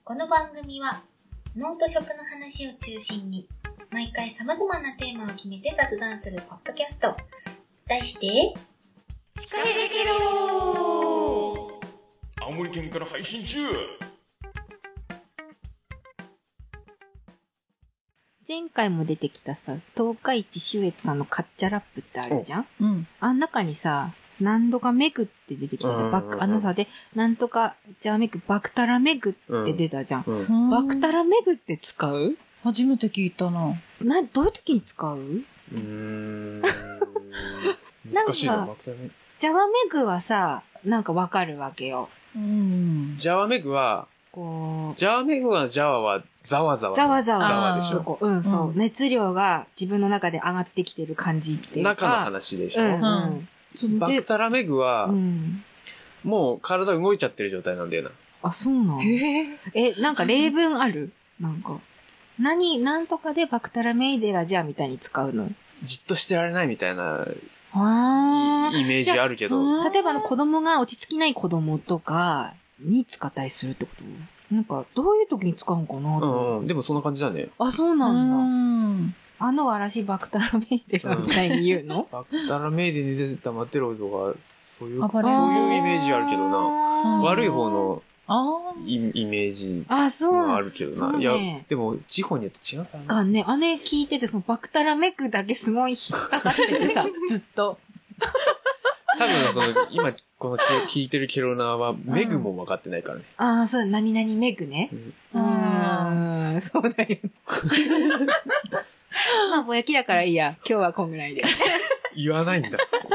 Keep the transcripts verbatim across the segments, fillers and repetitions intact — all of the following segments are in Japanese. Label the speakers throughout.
Speaker 1: この番組は脳と食の話を中心に毎回様々なテーマを決めて雑談するポッドキャスト、題してシカヘデケロー。
Speaker 2: 青森県から配信中。
Speaker 3: 前回も出てきたさ、東海市秀悦さんのカッチャラップってあるじゃん。うん。あん中にさ、なんとかメグって出てきたじゃん。バク、あのさで、なんとか、じゃあメグ、バクタラメグって出たじゃん。うん、バクタラメグって使う？
Speaker 4: 初めて聞いたな。
Speaker 3: な、どういう時に使う？
Speaker 2: うーん。難しいな、バクタラメグ。
Speaker 3: ジャワメグはさ、なんかわかるわけよ。
Speaker 2: うん。ジャワメグは、こう、ジャワメグはジャワはざわざわ。
Speaker 3: ざわざわ。
Speaker 2: ざわでしょ。
Speaker 3: うん、そう、うん。熱量が自分の中で上がってきてる感じっていうか。
Speaker 2: 中の話でしょ。
Speaker 3: うん、うん
Speaker 2: バクタラメグは、うん、もう体動いちゃってる状態なんだよな。
Speaker 3: あ、そうなの？へえ、なんか例文ある？なんか。何、なんとかでバクタラメイデラじゃみたいに使うの？
Speaker 2: じっとしてられないみたいな、
Speaker 3: あ
Speaker 2: イメージあるけど。
Speaker 3: 例えばの子供が落ち着きない子供とかに使ったりするってこと？なんか、どういう時に使うんかなと。
Speaker 2: うんうん。でもそんな感じだね。
Speaker 3: あ、そうなんだ。あの嵐バクタラメイデラみたいに言うの？
Speaker 2: バクタラメイデに出てたマテロイドが、そういう、そういうイメージあるけどな。悪い方のイメージがあるけどな。ね、いや、でも、地方によって違うからな。
Speaker 3: かね、あれ聞いてて、そのバクタラメグだけすごい引っかかっててさ、ずっと。
Speaker 2: 多分、その、今、この聞いてるケロナーは、メグも分かってないからね。
Speaker 3: うん、ああ、そう、何々メグね。うん、うん、そうだよね。まあ、ぼやきだからいいや。今日はこんぐらいで。
Speaker 2: 言わないんだ、そこ。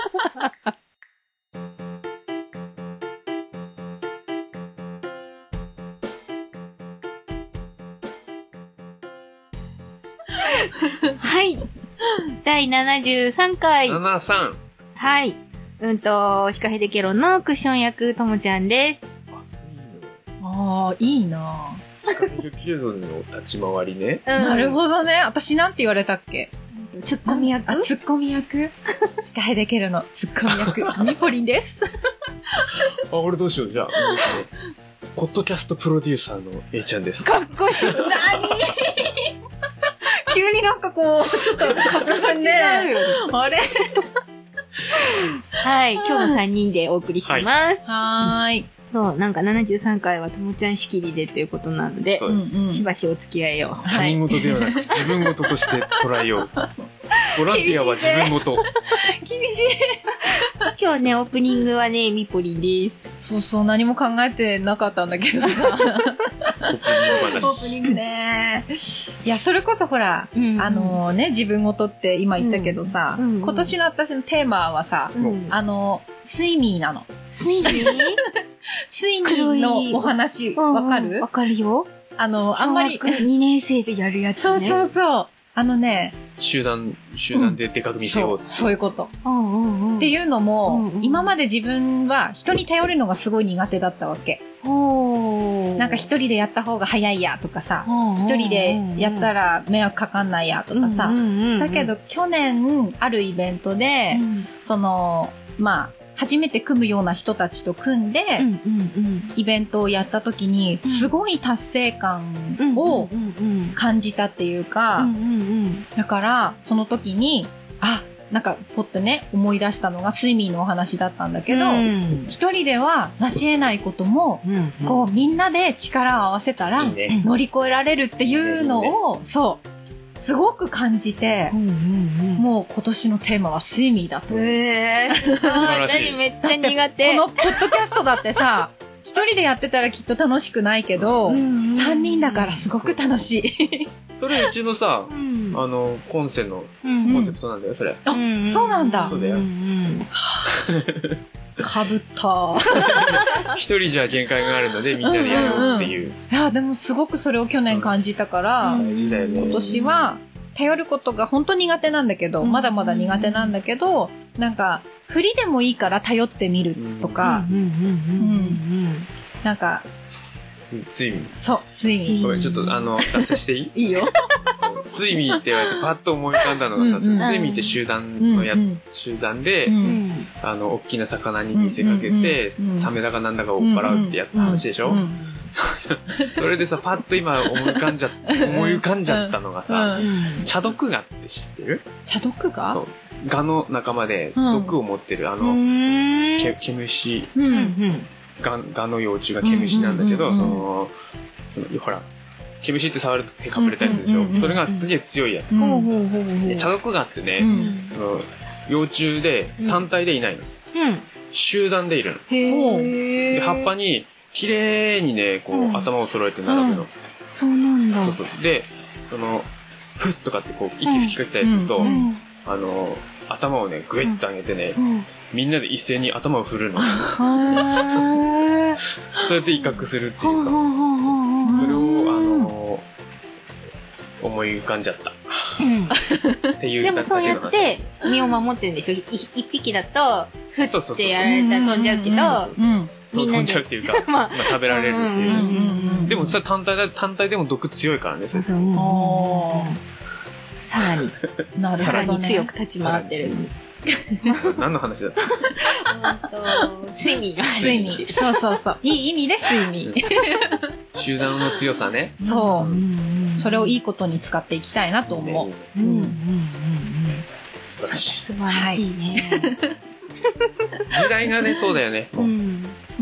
Speaker 3: はい。だいななじゅうさんかい。
Speaker 2: ななじゅうさん。
Speaker 3: はい。うんと、シカヘデケロのクッション役、ともちゃんです。
Speaker 2: あ、そうい
Speaker 4: いの。ああ、いいなぁ。
Speaker 2: シカヘデケロの立ち回りね。
Speaker 4: うん、なるほどね。私なんて言われたっけ？
Speaker 3: ツッコミ役？
Speaker 4: あ、ツッコミ役シカヘデケロのツッコミ役、ミポリンです。
Speaker 2: あ、俺どうしよう、じゃあ。ポッドキャストプロデューサーの A ちゃんです。
Speaker 4: かっこいい。何急になんかこう、ちょっと格が違うよね。あれ
Speaker 3: はい、今日もさんにんでお送りします。
Speaker 4: はい。
Speaker 3: そう、なんかななじゅうさんかいはともちゃん仕切りでということなので、
Speaker 2: そうです。
Speaker 3: しばしお付き合いを。
Speaker 2: 他人事ではなく自分事として捉えよう。ボランティアは自分事。
Speaker 4: 厳しい。
Speaker 3: 今日ね、オープニングはね、ミポリンです。
Speaker 4: そうそう、何も考えてなかったんだけどさ。オープニン
Speaker 2: グ話。
Speaker 4: オープニングね。いや、それこそほら、うんうん、あのね、自分事って今言ったけどさ、うんうん、今年の私のテーマはさ、うん、あの、睡眠なの。
Speaker 3: 睡眠
Speaker 4: 睡眠のお話、わかる？
Speaker 3: わかるよ。
Speaker 4: あの、あんまり。
Speaker 3: にねん生でやるやつね。
Speaker 4: そうそうそう。あのね。
Speaker 2: 集団、集団ででかく見せよう、うん、
Speaker 4: そう。そういうこと。っていうのも、うんうん、今まで自分は人に頼るのがすごい苦手だったわけ。なんか一人でやった方が早いやとかさ、一人でやったら迷惑かかんないやとかさ。だけど去年あるイベントで、うん、その、まあ、初めて組むような人たちと組んで、うんうんうん、イベントをやった時に、すごい達成感を感じたっていうか、うんうんうん、だから、その時に、あ、なんか、ぽっとね、思い出したのが睡眠のお話だったんだけど、うん、一人では成し得ないことも、うんうん、こう、みんなで力を合わせたら、いいね、乗り越えられるっていうのを、いいね、いいね、そう、すごく感じて、うんうんうん、もう今年のテーマは睡眠だと。
Speaker 3: へぇー。素晴らしい。めっちゃ苦手。
Speaker 4: このポッドキャストだってさ、一人でやってたらきっと楽しくないけど、三人だからすごく楽しい。
Speaker 2: それうちのさ、うん、あの、コンセの、コンセプトなんだよ、それ。
Speaker 4: あ、うん、そうなんだ。
Speaker 2: そうだよ。
Speaker 4: かぶった。
Speaker 2: 一人じゃ限界があるのでみんなでやろうっていう。うんうんうん、い
Speaker 4: や、でもすごくそれを去年感じたから、うん、大事だよね。今年は頼ることが本当苦手なんだけど、うん、まだまだ苦手なんだけど、なんか、振りでもいいから頼ってみるとか、なんか、
Speaker 2: 睡眠。
Speaker 4: そう、睡眠。
Speaker 2: ごめん、ちょっとあの、脱線していい？
Speaker 4: いいよ。
Speaker 2: 睡眠って言われてパッと思い浮かんだのがさ、うんうん、睡眠って集団のや、うんうん、集団で、うん、あの、大きな魚に見せかけて、うんうん、サメだかなんだか追っ払うってやつの話でしょ、うんうんうん、 それでさ、パッと今思い浮かんじゃ、思い浮かんじゃったのがさ、うん、茶毒蛾って知ってる？
Speaker 4: 茶毒蛾？
Speaker 2: そう。蛾の仲間で毒を持ってる、うん、あの、け、毛虫。うんうん、蛾、蛾の幼虫が毛虫なんだけど、その、その、ほら、毛虫って触ると手かぶれたりするでしょ、うんうんうんうん、それがすげえ強いやつ。うん、で茶毒蛾ってね、うん、の幼虫で単体でいないの。うん、集団でいるの。へー。で、葉っぱに綺麗にね、こう、うん、頭を揃えて並ぶの、うん。
Speaker 3: そうなんだ。
Speaker 2: そうそう。で、その、ふっとかってこう、息吹きかけたりすると、うんうん、あの、頭をね、グイッと上げてね、うんうん、みんなで一斉に頭を振るの。そうやって威嚇するっていうか、それを、あの、思い浮かんじゃった。うん、っていう
Speaker 3: でもそうやって身を守ってるんでしょ。一匹だと、ふってやられたら飛んじゃうけど、
Speaker 2: みんなで飛んじゃうっていうか、まあ、食べられるっていう。でもそれ単体だ、単体でも毒強いからね、先生。
Speaker 3: さらに、さらに強く立ち回ってる。
Speaker 2: 何の話だった
Speaker 3: 睡眠。
Speaker 4: 睡眠。そうそうそう。いい意味で睡眠。
Speaker 2: 集団の強さね。
Speaker 4: そう。それをいいことに使っていきたいなと思う。うんうんうんうん。
Speaker 2: 素晴らしい。
Speaker 3: 素晴らしいね。
Speaker 2: 時代がね、そうだよね。うん。
Speaker 4: うん。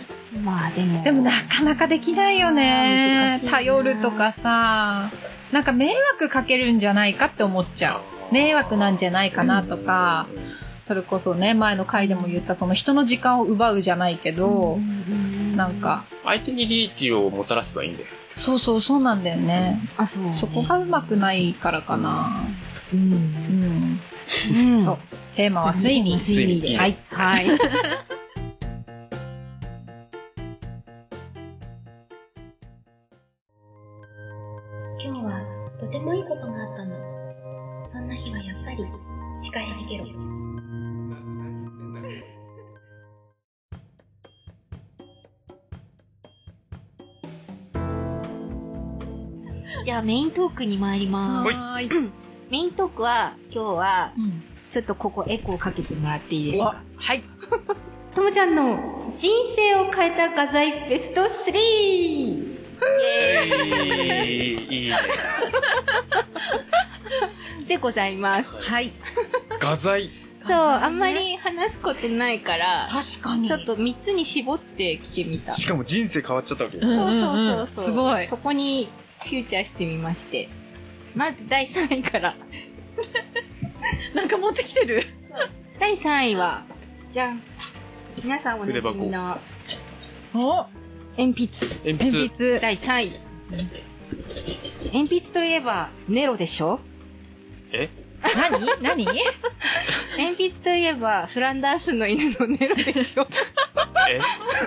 Speaker 3: まあでも。
Speaker 4: でもなかなかできないよね。頼るとかさ。なんか迷惑かけるんじゃないかって思っちゃう。迷惑なんじゃないかなとか、それこそね、前の回でも言ったその人の時間を奪うじゃないけど、なんか。
Speaker 2: 相手に利益をもたらせばいいんだよ。
Speaker 4: そうそう、そうなんだよね。
Speaker 3: あ、そう、ね。
Speaker 4: そこがうまくないからかな。うん。うん。うん、そう。テーマは睡眠。
Speaker 3: 睡眠で。はい。はい。
Speaker 1: 今日はとてもいいことがあったんだ。そんな日はやっぱりシカヘデケロ。
Speaker 3: じゃあメイントークに参ります。はい。メイントークは今日はちょっとここエコーかけてもらっていいですか？
Speaker 4: はい。
Speaker 3: ともちゃんの人生を変えた画材ベストスリー。イエーイ。いいね。でございます。
Speaker 4: はい。
Speaker 2: 画材。
Speaker 3: そう、あんまり話すことないから、
Speaker 4: 確かに。
Speaker 3: ちょっとみっつに絞ってきてみた。
Speaker 2: しかも人生変わっちゃったわけ。
Speaker 3: そうそうそうそう。
Speaker 4: すごい。
Speaker 3: そこにフューチャーしてみまして。まずだいさんいから。
Speaker 4: なんか持ってきてる。
Speaker 3: だいさんいは、じゃん。皆さんおなじみの、
Speaker 4: お
Speaker 3: 鉛筆。
Speaker 2: 鉛筆。
Speaker 3: だいさんい。鉛筆といえば、ネロでしょ？
Speaker 2: え？
Speaker 4: 何？何？
Speaker 3: 鉛筆といえば、フランダースの犬のネロでしょ？
Speaker 2: え？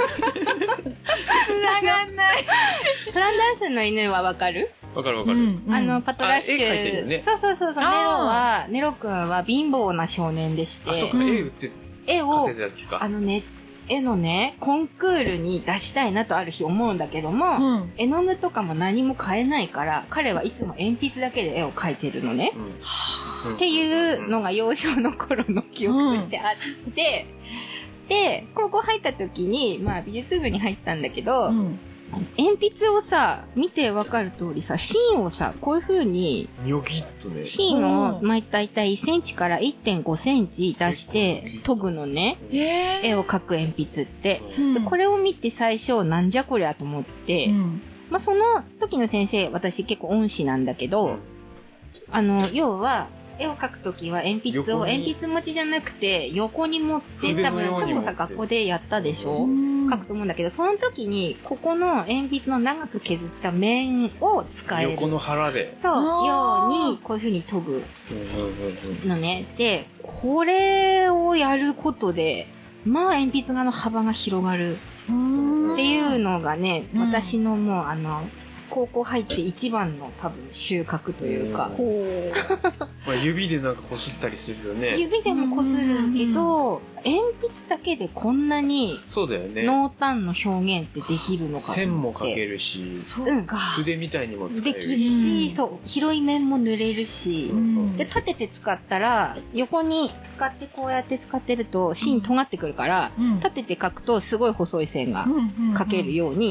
Speaker 3: 繋がんない。フランダースの犬はわかる？
Speaker 2: わかるわかる。うん、
Speaker 3: あの、パトラッシュ。
Speaker 2: 絵描いてるね。
Speaker 3: そうそうそうそう。ネロは、ネロくんは貧乏な少年でして。
Speaker 2: あ、そっか、絵売って
Speaker 3: 絵を、あのね、絵のね、コンクールに出したいなとある日思うんだけども、うん、絵の具とかも何も買えないから、彼はいつも鉛筆だけで絵を描いてるのね。うん、っていうのが幼少の頃の記憶としてあって、うん、で、高校入った時に、まあ美術部に入ったんだけど、うん鉛筆をさ、見てわかる通りさ、芯をさ、こういう風に、
Speaker 2: ニョキッとね。
Speaker 3: 芯を、まあ、だいたいいっセンチから いってんごセンチ出して、研ぐのね。絵を描く鉛筆って、うん、で。これを見て最初、なんじゃこりゃと思って、うん、まあ、その時の先生、私結構恩師なんだけど、うん、あの、要は、絵を描くときは鉛筆を鉛筆持ちじゃなくて横に持って多分ちょっとさ学校でやったでしょ描くと思うんだけどその時にここの鉛筆の長く削った面を使える
Speaker 2: 横の腹で
Speaker 3: そうようにこういう風に研ぐのねでこれをやることでまあ鉛筆画の幅が広がるっていうのがね私のもうあの高校入って一番の多分収穫というか。ほ
Speaker 2: まあ指でなんかこすったりするよね。
Speaker 3: 指でもこするけど、鉛筆だけでこんなに
Speaker 2: そうだよね。
Speaker 3: 濃淡の表現ってできるのかって。
Speaker 2: 線も描けるし、
Speaker 3: そうか。
Speaker 2: 筆みたいにも使えるし。
Speaker 3: できるし、そう、広い面も塗れるし、うん、で、立てて使ったら、横に使ってこうやって使ってると芯尖ってくるから、うん、立てて描くとすごい細い線が描けるように、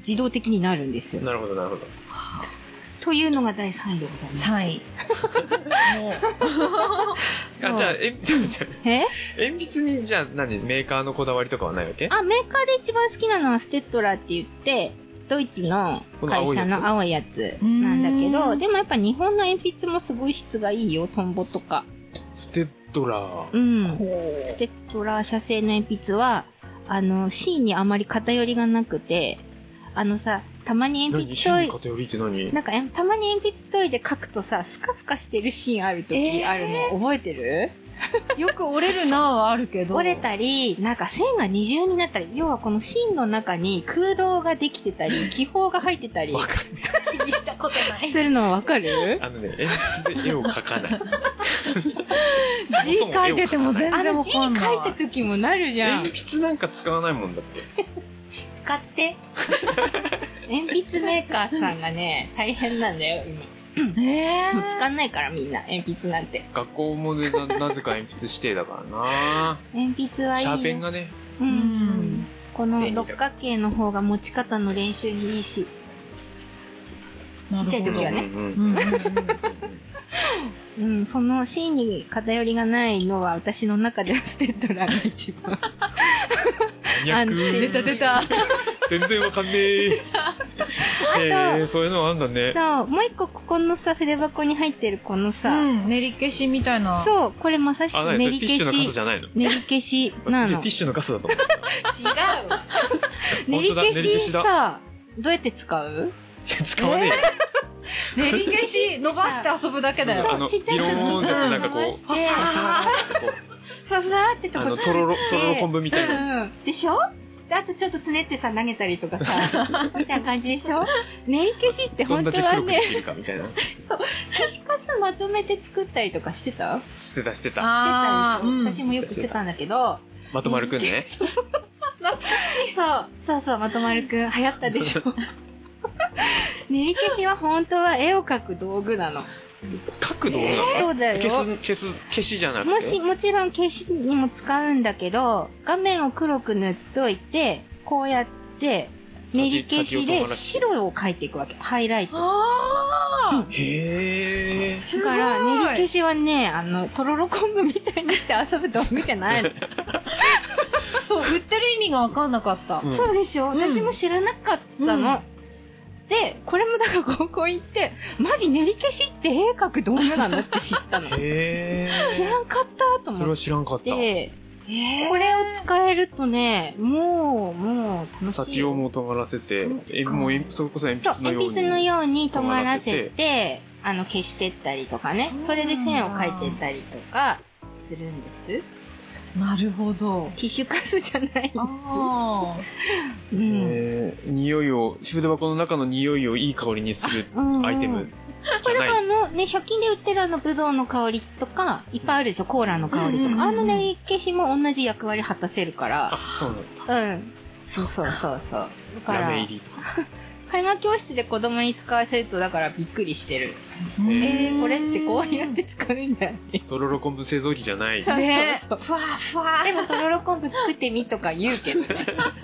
Speaker 3: 自動的になるんですよ。
Speaker 2: なるほど、なるほど。
Speaker 3: というのがだいさんいでございます。
Speaker 4: さんい。もう。
Speaker 2: あ、じゃあ、え、じゃあ、
Speaker 3: え
Speaker 2: 鉛筆に、じゃあ何、メーカーのこだわりとかはないわけ？
Speaker 3: あ、メーカーで一番好きなのはステッドラーって言って、ドイツの会社の青いやつなんだけど、でもやっぱ日本の鉛筆もすごい質がいいよ、トンボとか。
Speaker 2: ステッドラー。
Speaker 3: うん。ステッドラー社製の鉛筆は、あの、芯にあまり偏りがなくて、あのさ、たまに鉛筆トイ、
Speaker 2: 偏りって何？
Speaker 3: なんかたまに鉛筆トイで書くとさ、スカスカしてるシーンある時あるの、えー、覚えてる？
Speaker 4: よく折れるなはあるけど。
Speaker 3: 折れたり、なんか線が二重になったり、要はこの芯の中に空洞ができてたり、気泡が入ってたり。
Speaker 2: わかるね。
Speaker 4: 気にしたことない。
Speaker 3: するのはわかる？
Speaker 2: あのね、鉛筆で絵を描かない。
Speaker 4: 字書いてても全然わかんない。あの字
Speaker 3: 書いた時もなるじゃん。
Speaker 2: 鉛筆なんか使わないもんだって。
Speaker 3: 使って。鉛筆メーカーさんがね、大変なんだよ、今。えー、もう使わないからみんな、鉛筆なんて。
Speaker 2: 学校もね、な, なぜか鉛筆指定だからな。
Speaker 3: 鉛筆はいい。
Speaker 2: シャーペンがね。
Speaker 3: うん。うん、この六角形の方が持ち方の練習にいいし。ちっちゃい時はね。うん、その芯に偏りがないのは私の中ではステッドラーが一番。
Speaker 2: 安定。
Speaker 4: 出た出た。
Speaker 2: 全然わかんねえ。あと、そういうのあんだね。
Speaker 3: そう、もう一個ここのさ、筆箱に入ってるこのさ、
Speaker 4: うん、練り消しみたいな。
Speaker 3: そう、これまさしく練り消し。
Speaker 2: ティッシュの傘じゃないの？
Speaker 3: 練り消しなの。
Speaker 2: ティッシュの傘だと思
Speaker 3: う。違う。練り消しさ、どうやって使う？
Speaker 2: 使わねえよ。
Speaker 4: 練り消し伸ばして遊ぶだけだよ。
Speaker 2: あの、ビローンってなんかこう、ファサファってこう。
Speaker 3: ふわふわってとこ
Speaker 2: あの、とろろ、とろろ昆布みたいな。
Speaker 3: でしょ？で、あとちょっとつねってさ、投げたりとかさ、みたいな感じでしょ？練り消しって本当はね、
Speaker 2: そう、
Speaker 3: 消しカスまとめて作ったりとかしてた？
Speaker 2: してた、してた。して
Speaker 3: たでしょ？私もよくしてたんだけど、
Speaker 2: まとまるくんね。
Speaker 3: 懐かしい。そう、そうそう、まとまるくん流行ったでしょ？練り消しは本当は絵を描く道具なの。
Speaker 2: 描く道具なの？
Speaker 3: そうだよ。
Speaker 2: 消す、消す、消しじゃなくて。
Speaker 3: もし、もちろん消しにも使うんだけど、画面を黒く塗っといて、こうやって、練り消しで白を描いていくわけ。ハイライト。
Speaker 4: あ
Speaker 2: ー。へ
Speaker 3: ー。だから、練り消しはね、あの、とろろ昆布みたいにして遊ぶ道具じゃないの。
Speaker 4: そう、売ってる意味がわかんなかった。
Speaker 3: うん、そうでしょ？私も知らなかったの。うんで、これもだから高校行って、マジ練り消しって絵描く道具なのって知ったの。
Speaker 2: へー。
Speaker 3: 知らんかったと思って。
Speaker 2: それは知らんかった。
Speaker 3: で、これを使えるとね、もう、もう楽しい。
Speaker 2: 先をも尖らせて、え、もう、それこそ鉛筆のように。
Speaker 3: そう、鉛筆のように尖らせて、あの、消してったりとかね。それで線を描いてったりとか、するんです。
Speaker 4: なるほど。
Speaker 3: ティッシュカスじゃないんです。
Speaker 2: うん、えー、匂いを、筆箱の中の匂いをいい香りにするアイテム。
Speaker 3: これだからあの、ね、ひゃく均で売ってるあの、ブドウの香りとか、いっぱいあるでしょ、コーラの香りとか。あの練り消しも同じ役割果たせるから。
Speaker 2: あ、そうなんだ。
Speaker 3: うん。そうそうそうそう。
Speaker 2: だから。ラメ入りとか。
Speaker 3: 絵画教室で子供に使わせると、だからびっくりしてる。えー、これってこうやって使うんだって。
Speaker 2: とろろ昆布製造機じゃない。
Speaker 3: そうね。ふわふわ。でもとろろ昆布作ってみとか言うけどね。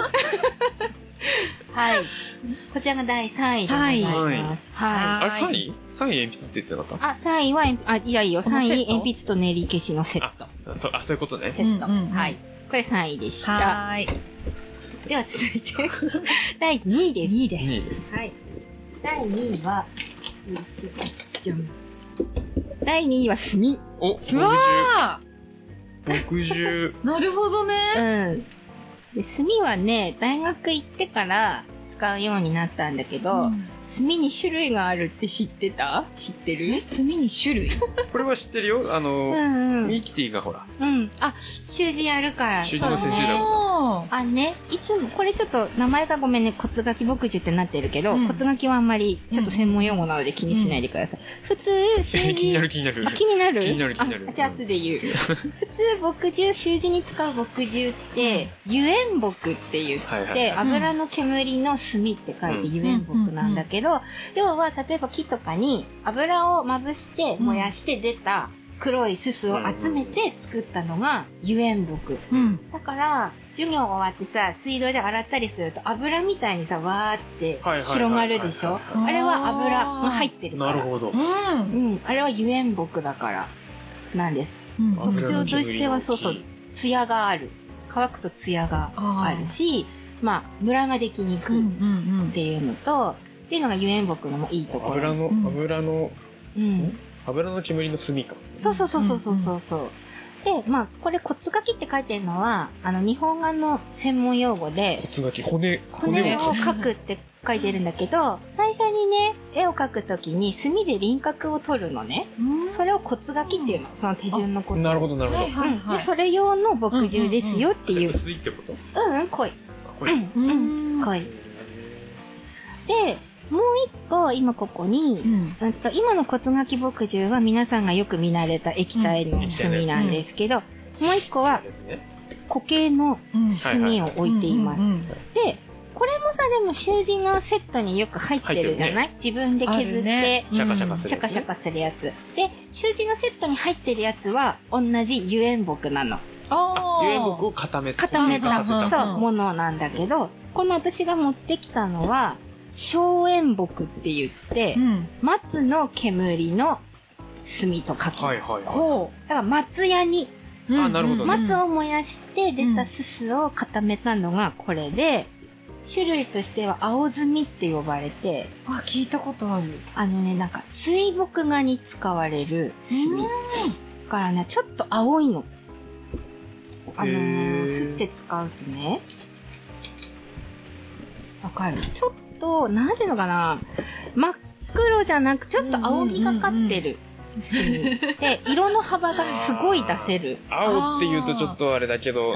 Speaker 3: はい。こちらがだいさんいでございます。
Speaker 2: はい。あれさんい ?さん 位鉛筆って言ってなかった？
Speaker 3: あ、さんいは、あ、いやいいよ。さんい鉛筆と練り消しのセット。
Speaker 2: あ、そう、あ、そういうことね。
Speaker 3: セット。はい。これさんいでした。
Speaker 4: はい。
Speaker 3: では続いて、だいにいです。
Speaker 4: にいです。
Speaker 2: にいです。
Speaker 3: はい。だいにいは、じゃん。だいにいは墨。
Speaker 2: お、
Speaker 4: うわ
Speaker 2: ー木十。
Speaker 4: なるほどね。
Speaker 3: うん。で、墨はね、大学行ってから使うようになったんだけど、うん、墨に種類があるって知ってた？知ってる？
Speaker 4: え、墨に種類？
Speaker 2: これは知ってるよ。あの、うんうん、ミキティがほら。
Speaker 3: うん。あ、習字やるから。
Speaker 2: 習字の先生だもん。
Speaker 3: あ、ね、いつも、これちょっと名前がごめんね、骨書き牧樹ってなってるけど、うん、骨書きはあんまりちょっと専門用語なので気にしないでください。うん、普通、習字。
Speaker 2: 気になる気になる。
Speaker 3: あ、気になる
Speaker 2: 気になる気になる。
Speaker 3: あ、じゃあ後で言う。普通、墨汁、習字に使う墨汁って、油煙墨って言って、油の煙の炭って書いて油煙墨なんだけど、要は、例えば木とかに油をまぶして燃やして出た黒いすすを集めて作ったのが油煙墨。うん、だから、 授業終わってさ、水道で洗ったりすると油みたいにさ、わーって広がるでしょ。あれは油が入ってるから。
Speaker 2: なるほど。
Speaker 3: うん。あれは油煙木だからなんです。うん、特徴としてはそうそう、艶がある。乾くと艶があるし、まあ、ムラができにくいっていうのと、っていうのが油煙木のもいいところ。
Speaker 2: 油の、油の、うん。油の煙の炭か。
Speaker 3: そうそうそうそうそうそう。で、まあ、これ骨書きって書いてるのは、あの、日本画の専門用語で、
Speaker 2: 骨書き、骨、
Speaker 3: 骨を描くって書いてるんだけど、最初にね、絵を描くときに墨で輪郭を取るのね。それを骨書きっていうの、その手順のこと。
Speaker 2: なるほど、なるほ
Speaker 3: ど。で、それ用の墨汁ですよっていう。
Speaker 2: 薄いってこと？
Speaker 3: うんうん、濃い。濃い。うん、濃い。で、もう一個、今ここに、うん、と今の骨書き墨汁は皆さんがよく見慣れた液体の墨なんですけど、うん、もう一個は固形の墨を置いています。で、これもさ、でも習字のセットによく入ってるじゃない、ね、自分で削って、ね、
Speaker 2: シャカシャカする、ね、
Speaker 3: シャカシャカするやつ。で、習字のセットに入ってるやつは同じ油煙木なの。
Speaker 2: 油煙木を固めた。
Speaker 3: 固めた、そう、ものなんだけど、この私が持ってきたのは、松煙木って言って、うん、松の煙の炭と書きます。はいはいはい。ほう。だから松屋に、
Speaker 2: うん、あ、なるほど、
Speaker 3: ね。松を燃やして出たすすを固めたのがこれで、種類としては青炭って呼ばれて、
Speaker 4: あ、聞いたことある。
Speaker 3: あのね、なんか水墨画に使われる炭。だからね、ちょっと青いの。あのー、すって使うとね、わかる。ちょっと、なんていうのかな、真っ黒じゃなく、ちょっと青みがかってる。で、色の幅がすごい出せる。
Speaker 2: 青って言うとちょっとあれだけど。
Speaker 3: うん。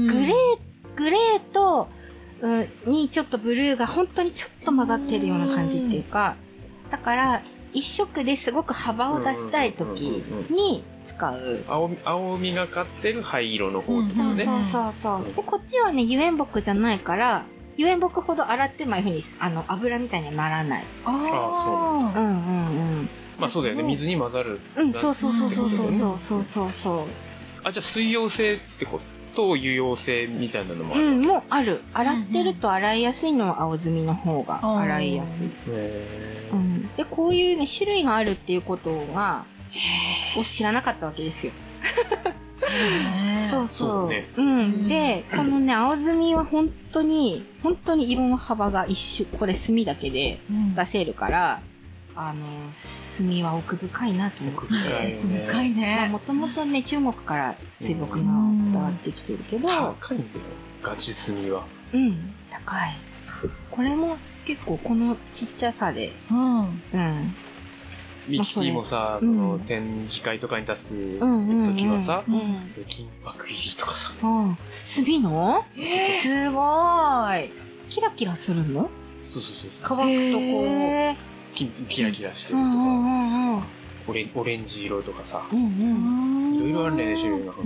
Speaker 3: グレー、グレーと、うん、にちょっとブルーが本当にちょっと混ざってるような感じっていうか、だから、一色ですごく幅を出したい時に使う。
Speaker 2: 青み、青みがかってる灰色の方ですよね。
Speaker 3: そうそうそうそう。で、こっちはね、油煙木じゃないから、油煙木ほど洗ってもああいうふうに、あの、油みたいにはならない。
Speaker 2: ああ、そう。
Speaker 3: うんうんうん。
Speaker 2: まあそうだよね、水に混ざる。
Speaker 3: うん、そうそうそうそうそうそうそうそうそう。
Speaker 2: あ、じゃあ水溶性ってこと油溶性みたいなのもある？
Speaker 3: うん、もうある。洗ってると洗いやすいのは青炭の方が洗いやすい。へー。うん。で、こういうね、種類があるっていうことが、を知らなかったわけですよ。そうそう。ね、うん。で、このね、青炭は本当に、本当に色の幅が一種、これ炭だけで出せるから、うん、あの、炭は奥深いなと思って。
Speaker 2: 奥深いね。
Speaker 4: 深いね。
Speaker 3: もともとね、中国から水墨が伝わってきてるけど。
Speaker 2: 高いんだよ、ガチ炭は。
Speaker 3: うん、高い。これも結構このちっちゃさで。うん。うん。
Speaker 2: ミキティもさ、その展示会とかに出す時はさ、金箔入りとかさ。
Speaker 3: 炭のすごーい。キラキラするの？
Speaker 2: そうそうそう。
Speaker 3: 乾くとこ
Speaker 2: う、キラキラしてるとか、オレオレンジ色とかさ、いろいろあるね、種類が。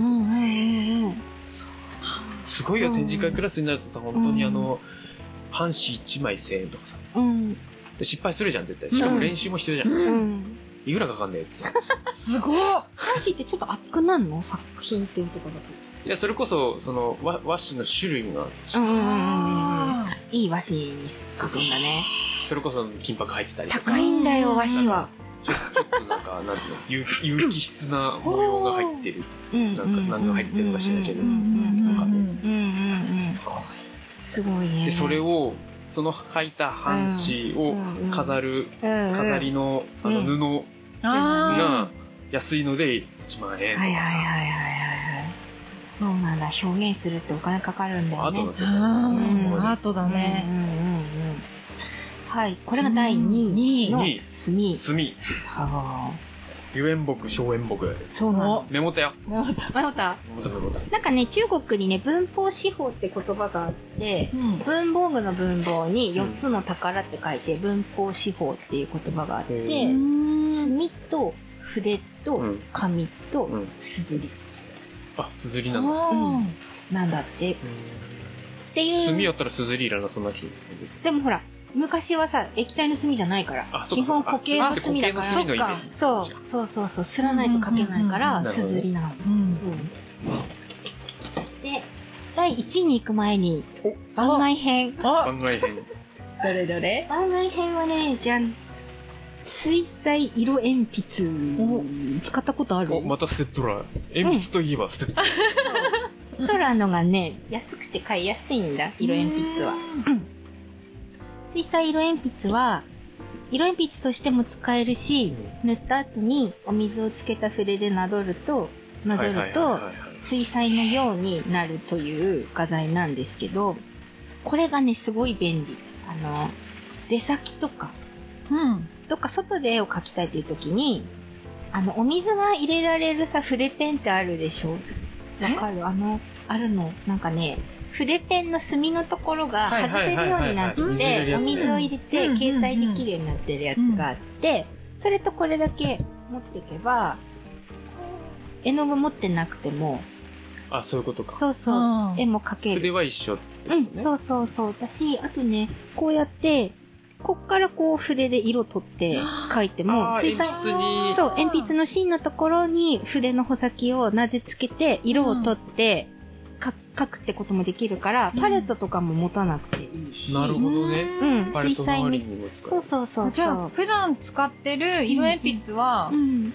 Speaker 2: すごいよ、展示会クラスになるとさ、本当にあの、半紙いちまいせんえんとかさ。で失敗するじゃん、絶対。しかも練習も必要じゃん。うん。いくらかかんねえってさ。
Speaker 3: すごい。半紙ってちょっと熱くなるの？作品っていうところだと。
Speaker 2: いや、それこそ、その、和和紙の種類が違う。
Speaker 3: いい和紙に書くんだね。
Speaker 2: それこそ金箔入ってたりとか。
Speaker 3: 高いんだよ、和紙は。
Speaker 2: ちょちょっとなんか、なんつうの、有有機質な模様が入ってる。なんか、何が入ってるのか知らないけど。とかね。
Speaker 3: すごい。すごいね。
Speaker 2: で、それを、その書いた半紙を飾る、飾りのあの布が安いのでいちまんえんとかさ。はいはいはいはい。
Speaker 3: そうなんだ。表現するってお金かかるんだよね。
Speaker 2: アートですよね。
Speaker 4: アートだね。
Speaker 3: はい。これがだいにいの炭。
Speaker 2: 炭。はあ。油煙木、小煙木。
Speaker 3: そうなの。
Speaker 2: メモったよ。
Speaker 3: メモった。メモった。
Speaker 2: メモったメモった。
Speaker 3: なんかね、中国にね、文法司法って言葉があって、うん、文房具の文房によっつの宝って書いて、うん、文法司法っていう言葉があって、墨と筆と紙とすずり。
Speaker 2: あ、すずりなんだ。
Speaker 3: うん。なんだって。っていう。
Speaker 2: 墨やったらすずりいらなそんな気。
Speaker 3: でもほら、昔はさ、液体の炭じゃないから。基本固形の炭だから。そっか。そう。そうそうそう。すらないと書けないから、すずりなの。そう。で、だだいいちいに行く前に、番外編。
Speaker 2: 番外編。
Speaker 4: どれどれ
Speaker 3: 番外編はね、じゃん。水彩色鉛筆。使ったことある？
Speaker 2: お、またステッドラー。鉛筆といえばステッドラー。
Speaker 3: ステッドラーのがね、安くて買いやすいんだ、色鉛筆は。水彩色鉛筆は、色鉛筆としても使えるし、塗った後にお水をつけた筆でなぞると、なぞると、水彩のようになるという画材なんですけど、これがね、すごい便利。あの、出先とか、うん。どっか外で絵を描きたいという時に、あの、お水が入れられるさ、筆ペンってあるでしょ？わかる？あの、あるの。なんかね、筆ペンの墨のところが外せるようになってて、お水を入れて携帯できるようになってるやつがあって、それとこれだけ持っていけば、絵の具持ってなくても、
Speaker 2: あ、そういうことか。
Speaker 3: そうそう、絵も描ける。
Speaker 2: 筆は一緒ってね。
Speaker 3: うん、そうそうそう。だし、あとね、こうやって、こっからこう筆で色取って描いても、水彩、そう、鉛筆の芯のところに筆の穂先をなでつけて、色を取って、描くってこともできるから、パレットとかも持たなくていいし。
Speaker 2: なるほどね。
Speaker 3: うん、水彩に。そうそうそう。
Speaker 4: じゃあ、普段使ってる色鉛筆は、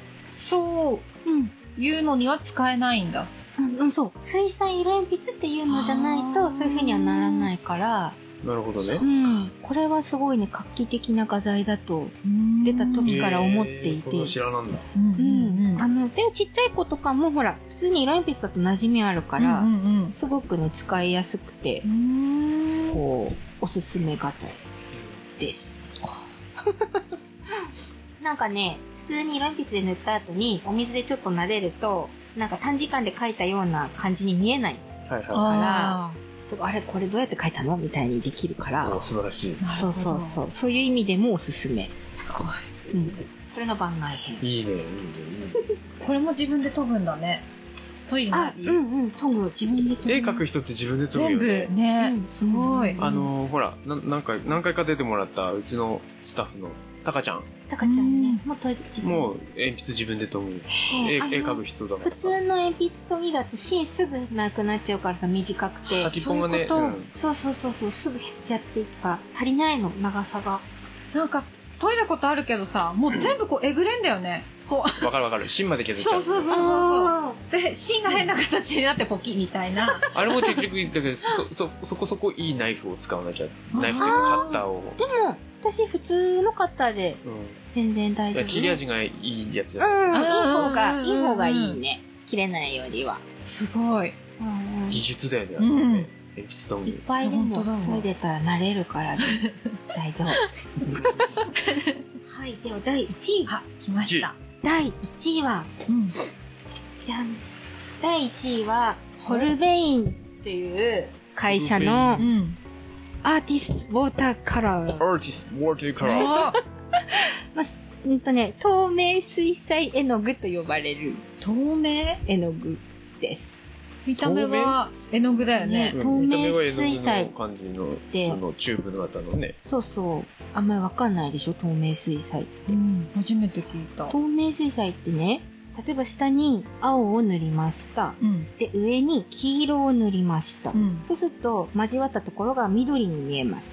Speaker 4: そういうのには使えないんだ。
Speaker 3: うん、そう。水彩色鉛筆っていうのじゃないと、そういう風にはならないから、
Speaker 2: なるほどね。
Speaker 3: うん。これはすごいね、画期的な画材だと、出た時から思っていて。
Speaker 2: この知らなんだ。
Speaker 3: うん。あの、でもちっちゃい子とかも、ほら、普通に色鉛筆だと馴染みあるから、すごくね、使いやすくて、こう、おすすめ画材です。なんかね、普通に色鉛筆で塗った後に、お水でちょっと撫でると、なんか短時間で描いたような感じに見えないから、すごい、あれこれどうやって描いたのみたいにできるから。
Speaker 2: お、素晴らしい。
Speaker 3: そうそうそう。そういう意味でもおすすめ。
Speaker 4: すごい。
Speaker 3: うん。これの番外編。
Speaker 2: いいね、いいね、いいね。
Speaker 4: これも自分で研ぐんだね。研いだり。
Speaker 3: うんうん、研ぐ。自分で研ぐ。
Speaker 2: 絵描く人って自分で研ぐよね。
Speaker 4: 全部ね。すごい。
Speaker 2: あの、ほら、な、何回、何回か出てもらったうちのスタッフのタカちゃん。
Speaker 3: タカちゃんね。もう研い
Speaker 2: で。もう鉛筆自分で研ぐ。絵、絵描く人だから。
Speaker 3: 普通の鉛筆研ぎだと芯すぐなくなっちゃうからさ、短くて。
Speaker 2: 先っぽがね。
Speaker 3: そうそうそうそう、すぐ減っちゃっていくか、足りないの、長さが。
Speaker 4: なんか、研いだことあるけどさ、もう全部こうえぐれんだよね。
Speaker 2: わかるわかる。芯まで削っちゃう。
Speaker 4: そうそうそうそう。で、芯が変な形になってポキみたいな。
Speaker 2: あれも結局、だけど、そ、そ、そこそこいいナイフを使わなきゃ。ナイフというかカッターを。
Speaker 3: でも、私普通のカッターで全然大丈夫、ね。
Speaker 2: 切れ味がいいやつじゃ
Speaker 3: ん。うん、いい方が、いい方がいいね。切れないよりは。
Speaker 4: すごい。
Speaker 2: 技術だよね。うん。鉛筆研ぎ。
Speaker 3: いっぱいでも研いでたら慣れるからね。大丈夫。はい、ではだいいちい。
Speaker 4: あ、来ました。
Speaker 3: だいいちいは、うん、じゃん。だいいちいは、ホルベインっていう会社の、うん、アーティストウォーターカラー。
Speaker 2: アーティストウォーターカラー。
Speaker 3: まあ、うんとね、透明水彩絵の具と呼ばれる。
Speaker 4: 透明
Speaker 3: 絵の具です。
Speaker 4: 見た目は絵の具だよね。
Speaker 3: ね、透明水彩。
Speaker 2: 見た目は絵の具の感じの、普通のチューブの型のね。
Speaker 3: そうそう。あんまりわかんないでしょ、透明水彩って。
Speaker 4: うん、初めて聞いた。
Speaker 3: 透明水彩ってね、例えば下に青を塗りました。うん、で、上に黄色を塗りました。うん、そうすると、交わったところが緑に見えます。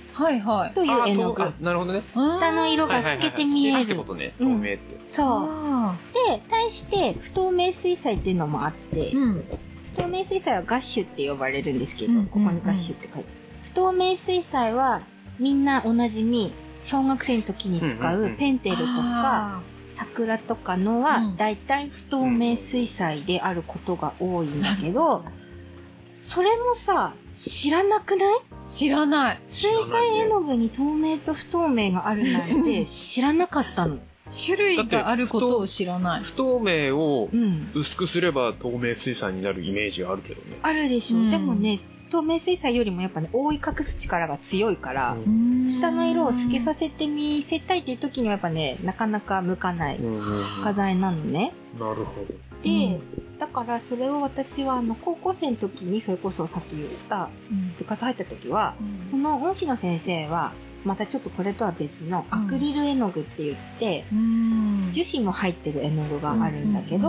Speaker 4: はいはい。
Speaker 3: という絵の具。
Speaker 2: なるほどね。
Speaker 3: 下の色が透けて見える。
Speaker 2: ってことね、透明って。
Speaker 3: そう。で、対して不透明水彩っていうのもあって、うん、不透明水彩はガッシュって呼ばれるんですけど、うん、ここにガッシュって書いてある。不透明水彩はみんなおなじみ、小学生の時に使うペンテルとか、桜とかのは、だいたい不透明水彩であることが多いんだけど、それもさ、知らなくない？
Speaker 4: 知らない。
Speaker 3: 水彩絵の具に透明と不透明があるなんて知らなかったの。
Speaker 4: 種類があることを知らない。
Speaker 2: 不透明を薄くすれば透明水彩になるイメージがあるけどね。
Speaker 3: あるでしょ。うん、でもね、透明水彩よりもやっぱね、覆い隠す力が強いから、うん、下の色を透けさせてみせたいっていう時にはやっぱね、なかなか向かない画材なのね。
Speaker 2: なるほど。
Speaker 3: で、うん、だからそれを私はあの高校生の時にそれこそさっき言った部活入った時は、うん、その恩師の先生はまたちょっとこれとは別のアクリル絵の具って言って、うん、樹脂も入ってる絵の具があるんだけど、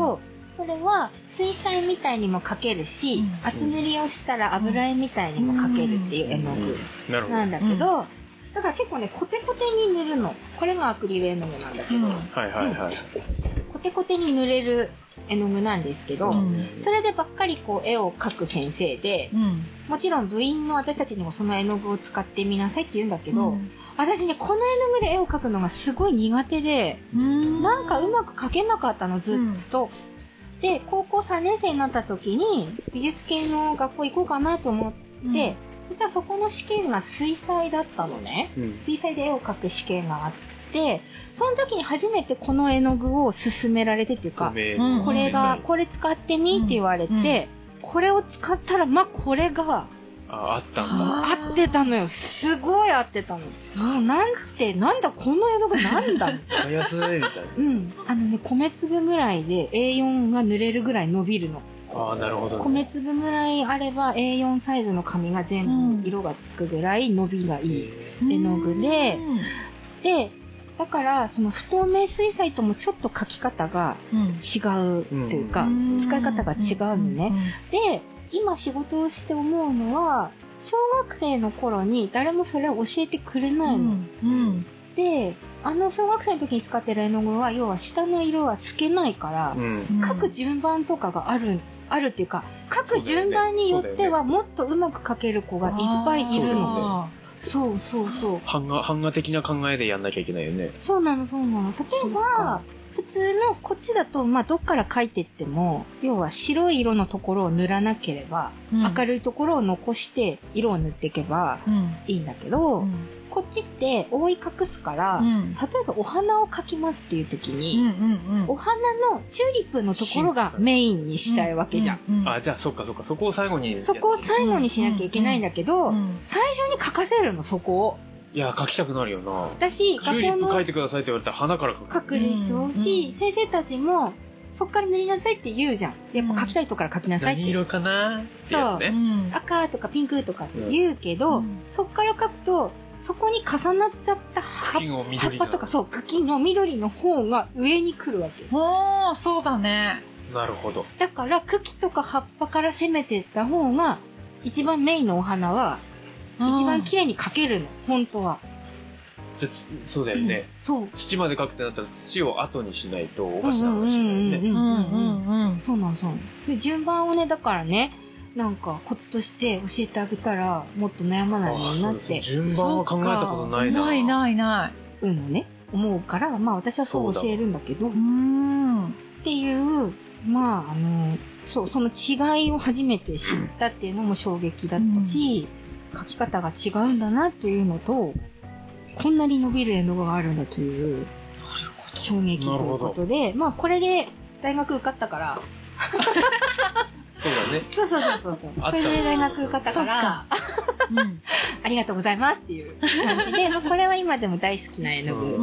Speaker 3: それは水彩みたいにも描けるし、うん、厚塗りをしたら油絵みたいにも描けるっていう絵の具なんだけど、うん、だから結構ねコテコテに塗るの。これがアクリル絵の具なんだけど、うん、
Speaker 2: はいはいはい、
Speaker 3: コテコテに塗れる絵の具なんですけど、うん、それでばっかりこう絵を描く先生で、うん、もちろん部員の私たちにもその絵の具を使ってみなさいって言うんだけど、うん、私ねこの絵の具で絵を描くのがすごい苦手で、うん、なんかうまく描けなかったのずっと。うんで、高校さんねん生になった時に美術系の学校行こうかなと思って、うん、そしたらそこの試験が水彩だったのね、うん、水彩で絵を描く試験があってその時に初めてこの絵の具を勧められてっていうか、うん、これがこれ使ってみって言われて、うんうん、これを使ったらまあこれが
Speaker 2: あ、あったんだ。
Speaker 3: 合ってたのよ。すごい合ってたの。そう、なんて、なんだ、この絵の具なんだ
Speaker 2: 使いやすいみたいな。
Speaker 3: うん。あのね、米粒ぐらいで エーよん が塗れるぐらい伸びるの。
Speaker 2: ああ、なるほど、ね。
Speaker 3: 米粒ぐらいあれば エーよん サイズの紙が全部色がつくぐらい伸びがいい絵の具で、で、だから、その不透明水彩ともちょっと描き方が違うというか、うん、使い方が違うのね。で、今仕事をして思うのは小学生の頃に誰もそれを教えてくれないの、うんうん、であの小学生の時に使ってる絵の具は要は下の色は透けないから、うん、書く順番とかがあるあるっていうか書く順番によってはもっとうまく書ける子がいっぱいいるの。そうそうそう。
Speaker 2: 版画、版画的な考えでやんなきゃいけないよね。
Speaker 3: そうなのそうなの。例えば普通のこっちだと、まあ、どっから描いてっても、要は白い色のところを塗らなければ、うん、明るいところを残して色を塗っていけばいいんだけど、うん、こっちって覆い隠すから、うん、例えばお花を描きますっていう時に、うんうんうん、お花のチューリップのところがメインにしたいわけじゃん。
Speaker 2: うんうん、あ、じゃあそっかそっか、そこを最後に。
Speaker 3: そこを最後にしなきゃいけないんだけど、うんうん、最初に描かせるの、そこを。
Speaker 2: いや、描きたくなるよな。
Speaker 3: 私、
Speaker 2: チューリップ描いてくださいって言われたら花から描く。
Speaker 3: 描くでしょうし、うん、先生たちも、そっから塗りなさいって言うじゃん。やっぱ描きたいとこから描きなさいって。
Speaker 2: 何色かなってやつね。
Speaker 3: そう、うん。赤とかピンクとかって言うけど、うん、そっから描くと、そこに重なっちゃった葉っぱとか、そう、茎の緑の方が上に来るわけ。
Speaker 4: ああ、そうだね。
Speaker 2: なるほど。
Speaker 3: だから、茎とか葉っぱから攻めていった方が、一番メインのお花は、一番綺麗に描けるの、本当は。
Speaker 2: じゃそうだよね、
Speaker 3: うん、そう。
Speaker 2: 土まで描くってなったら土を後にしないとおかしな話だよね。
Speaker 3: そうなのそうなの。そういう順番をね、だからね、なんかコツとして教えてあげたらもっと悩まないようになって。
Speaker 2: 順番は考えたことないな。
Speaker 4: ないないない。
Speaker 3: うんのね、思うから、まあ私はそう教えるんだけど、うーんっていう、まああの、そう、その違いを初めて知ったっていうのも衝撃だったし、うん、描き方が違うんだなっていうのと、こんなに伸びる絵の具があるんだという衝撃ということで、まあこれで大学受かったから。
Speaker 2: そうだね。
Speaker 3: そうそうそうそうそう。これで大学受かったから、うん、ありがとうございますっていう感じで、これは今でも大好きな絵の具。うん。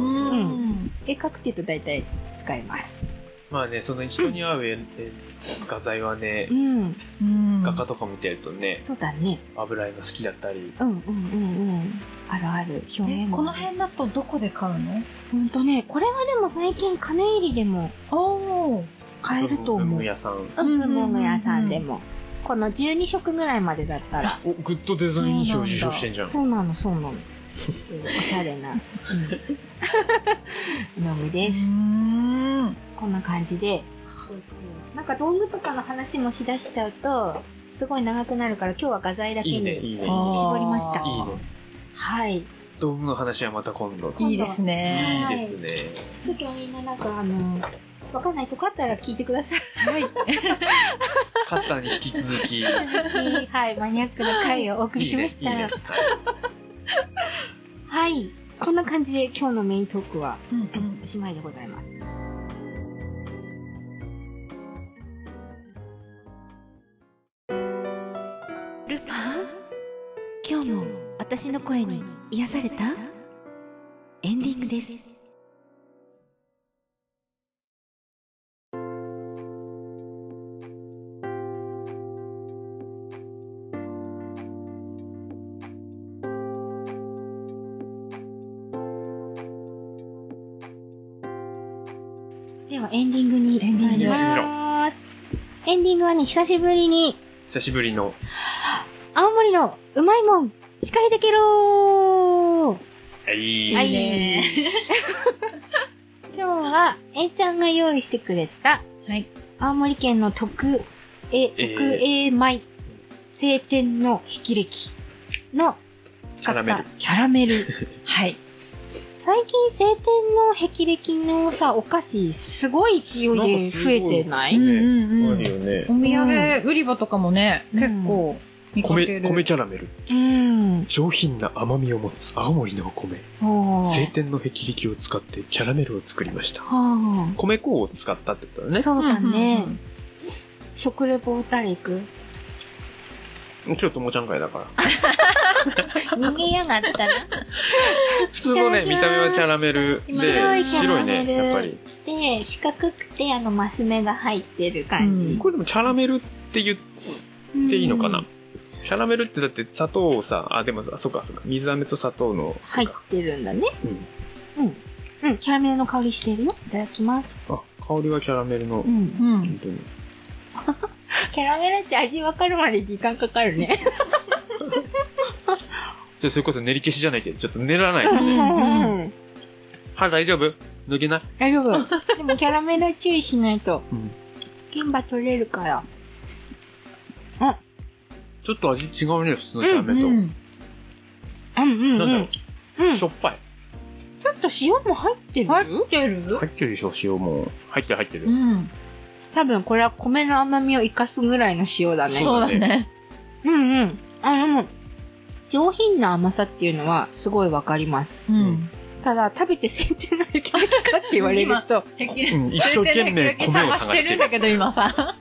Speaker 3: 絵描くって言うと大体使えます。
Speaker 2: まあね、その人に合う絵、画材はね、うん、画家とか見てるとね、
Speaker 3: そうだね。
Speaker 2: 油絵が好きだったり。
Speaker 3: うんうんうんうん。あるある。表現
Speaker 4: この辺だとどこで買うの？
Speaker 3: ほんとね、これはでも最近金入りでも買えると思う。
Speaker 2: 文具屋さん。
Speaker 3: うん、文具屋さんでも。このじゅうに色ぐらいまでだったら。
Speaker 2: お、グッドデザイン賞受賞してんじゃん。
Speaker 3: そうなの、そうなの。おしゃれな、うん、のみです。こんな感じで。そうそう。なんか道具とかの話もしだしちゃうと、すごい長くなるから今日は画材だけに絞りました。いいね。いいね。はい。
Speaker 2: 道具の話はまた今度。
Speaker 4: いいですね。
Speaker 2: いいですね。
Speaker 3: ちょっとみんななんかあの、わかんないとこあったら聞いてください。はい。
Speaker 2: カッターに引き続き。
Speaker 3: 引き続き、はい、マニアックな回をお送りしました。いいねいいね、はい。こんな感じで今日のメイントークは、うんうん、おしまいでございます。ルパン、今日も私の声に癒された？エンディングです。 ではエンディングに参ります。エンディングはね、久しぶりに。
Speaker 2: 久しぶりの。
Speaker 3: 青森のうまいもん、しかりできろー。
Speaker 2: はい。
Speaker 3: はい。今日は、えいちゃんが用意してくれた、はい。青森県の特、え、特営米、晴天の霹靂の使ったキャラメル。はい。最近晴天の霹靂のさ、お菓子、すごい勢いで増えてない？
Speaker 2: うんうんうん。あるよね。
Speaker 4: お土産売り場とかもね、うん、結構見かける。
Speaker 2: 米、米キャラメル。うん。上品な甘みを持つ青森のお米。晴天の霹靂を使ってキャラメルを作りました。米粉を使ったってことだね。
Speaker 3: そうだね。うんうんうん、食レポタレク。
Speaker 2: ちょっともちゃん会だから。
Speaker 3: 逃げやがったな。
Speaker 2: 普通のね、見た目はキャラメルで、白いキャラメルね、やっぱり。
Speaker 3: で、四角くて、あの、マス目が入ってる感じ。
Speaker 2: うん、これでもキャラメルって言っていいのかな、うん、キャラメルってだって砂糖をさ、あ、でもさ、そうかそうか、水飴と砂糖の。
Speaker 3: 入ってるんだね。うん。うん。うん、キャラメルの香りしてるよ。いただきます。
Speaker 2: あ、香りはキャラメルの。うん。うん。本当に。
Speaker 3: キャラメルって味わかるまで時間かかるね。
Speaker 2: じゃあそれこそ練り消しじゃないけど、ちょっと練らない。うんうん、歯大丈夫？抜けない？
Speaker 3: 大丈夫。でもキャラメルは注意しないと。うん、金歯取れるから。
Speaker 2: あ、ちょっと味違うね、普通のキャラメルと。うん、うん。
Speaker 3: うんうんうん。
Speaker 2: なんだろう、うん、しょっぱい。
Speaker 3: ちょっと塩も入ってる？
Speaker 4: 入ってる？
Speaker 2: 入ってるでしょ、塩も。入ってる入ってる。
Speaker 3: うん。多分これは米の甘みを生かすぐらいの塩だね。
Speaker 4: そうだね。
Speaker 3: うんうん。あ、でも、上品な甘さっていうのはすごいわかります。うん。ただ、食べて晴天の霹靂かって言われると、
Speaker 2: うん、一生懸命米を探してる
Speaker 4: んだけど、今さ。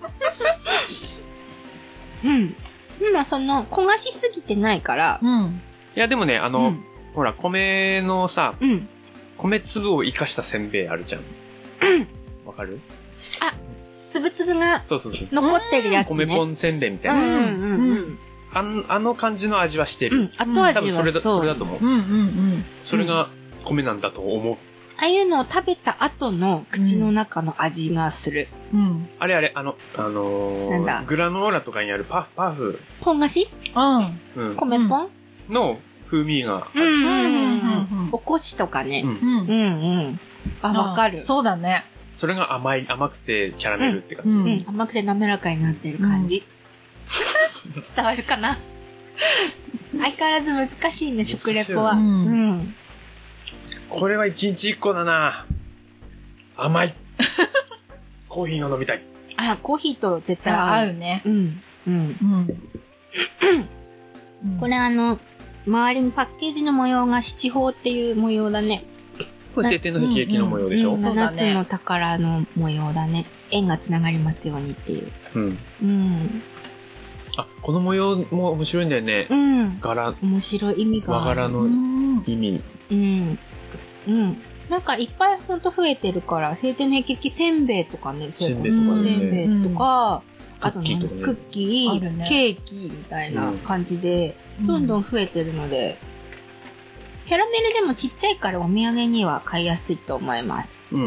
Speaker 3: うん。今、その、焦がしすぎてないから。
Speaker 2: うん。いや、でもね、あの、うん、ほら、米のさ、うん、米粒を生かしたせんべいあるじゃん。うん。わかる？
Speaker 3: あ、つぶつぶが残ってるやつね。
Speaker 2: 米ポンせんべいみたいなやつ。うんうんうん。あ, あの感じの味はしてる。うん、
Speaker 3: 後味はそう。多分
Speaker 2: それだ、それだと思う。うんうんうん。それが米なんだと思う。
Speaker 3: ああいうのを食べた後の口の中の味がする。
Speaker 2: うん。あれあれ、あの、あのー、なんだグラノーラとかにあるパフ、パフ。
Speaker 3: ポン菓子？うん。米ポン
Speaker 2: の風味が。
Speaker 3: うんうんうん。おこしとかね。うん。うんうん。あ、わかる。
Speaker 4: そうだね。
Speaker 2: それが甘い、甘くてキャラメルって感じ。うん。うん、
Speaker 3: 甘くて滑らかになってる感じ。うん、伝わるかな？相変わらず難しいね、食レポは。うん。
Speaker 2: これは一日一個だな。甘い。コーヒーを飲みたい。
Speaker 3: あ、コーヒーと絶対
Speaker 4: 合うね。
Speaker 3: うん。うん。うん。これあの、周りにパッケージの模様が七宝っていう模様だね。
Speaker 2: これ晴天の霹靂の模様でしょ？
Speaker 3: 七つの宝の模様だね。縁がつながりますようにっていう。うん。うん。
Speaker 2: あ、この模様も面白いんだよね。うん。柄。
Speaker 3: 面白い意味が。
Speaker 2: 和柄の意味。
Speaker 3: うん。うん。なんかいっぱいほんと増えてるから、晴天の霹靂せんべいとかね、
Speaker 2: せんべいとかね。
Speaker 3: せんべいとか、
Speaker 2: あとね、
Speaker 3: クッキー、ケーキみたいな感じで、どんどん増えてるので、キャラメルでもちっちゃいからお土産には買いやすいと思います。うんうん。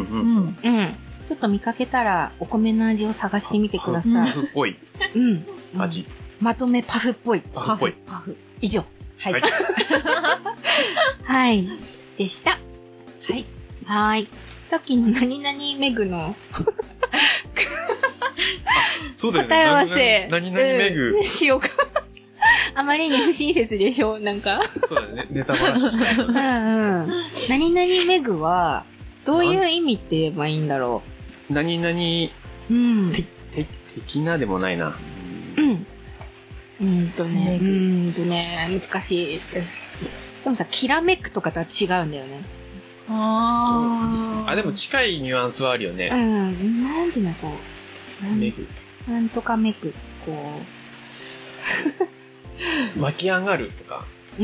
Speaker 3: うん。ちょっと見かけたらお米の味を探してみてください。
Speaker 2: パフっぽい。うん。味。
Speaker 3: まとめパフっぽい。
Speaker 2: パフっぽい。
Speaker 3: パフ。以上。はい。はい。はい。でした。はい。はい。さっきの何々メグの
Speaker 2: そうだよね。
Speaker 3: 答え合わせ。
Speaker 2: 何々メグ。
Speaker 3: しようか。あまりに不親切でしょなんか。
Speaker 2: そうだね。ネタバラシしないとね。
Speaker 3: うんうん。何々メグは、どういう意味って言えばいいんだろ
Speaker 2: う。何々、うん。て、て、的なでもないな。
Speaker 3: うん。うんとね。うんとね、難しい。でもさ、きらめくとかとは違うんだよね。
Speaker 2: ああ。あ、でも近いニュアンスはあるよね。
Speaker 3: うん。なんていうの、こう。
Speaker 2: メグ。
Speaker 3: なんとかめく。こ
Speaker 2: う。湧き上がるとか。うん。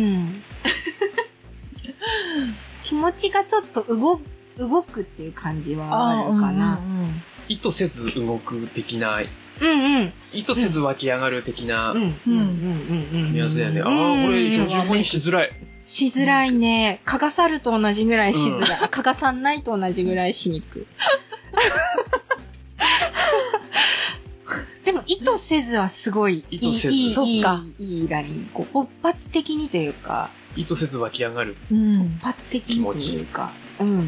Speaker 3: 気持ちがちょっと動、動くっていう感じはあるかな。うんうんうん、
Speaker 2: 意図せず動く的な。
Speaker 3: うんうん。
Speaker 2: 意図せず湧き上がる的な。うん。うん。うん。うん。ニュアンスだよね。ああ、これ標準語にしづらい。
Speaker 3: しづらいね。かがさると同じぐらいしづらい。かがさんないと同じぐらいしにくい。 でも意図せずはすごい、
Speaker 2: 意図せず。
Speaker 3: いい、
Speaker 4: そっか。
Speaker 3: いいライン。こう、突発的にというか。
Speaker 2: 意図せず湧き上がる。
Speaker 4: うん。
Speaker 3: 突発的にというか。うんうん。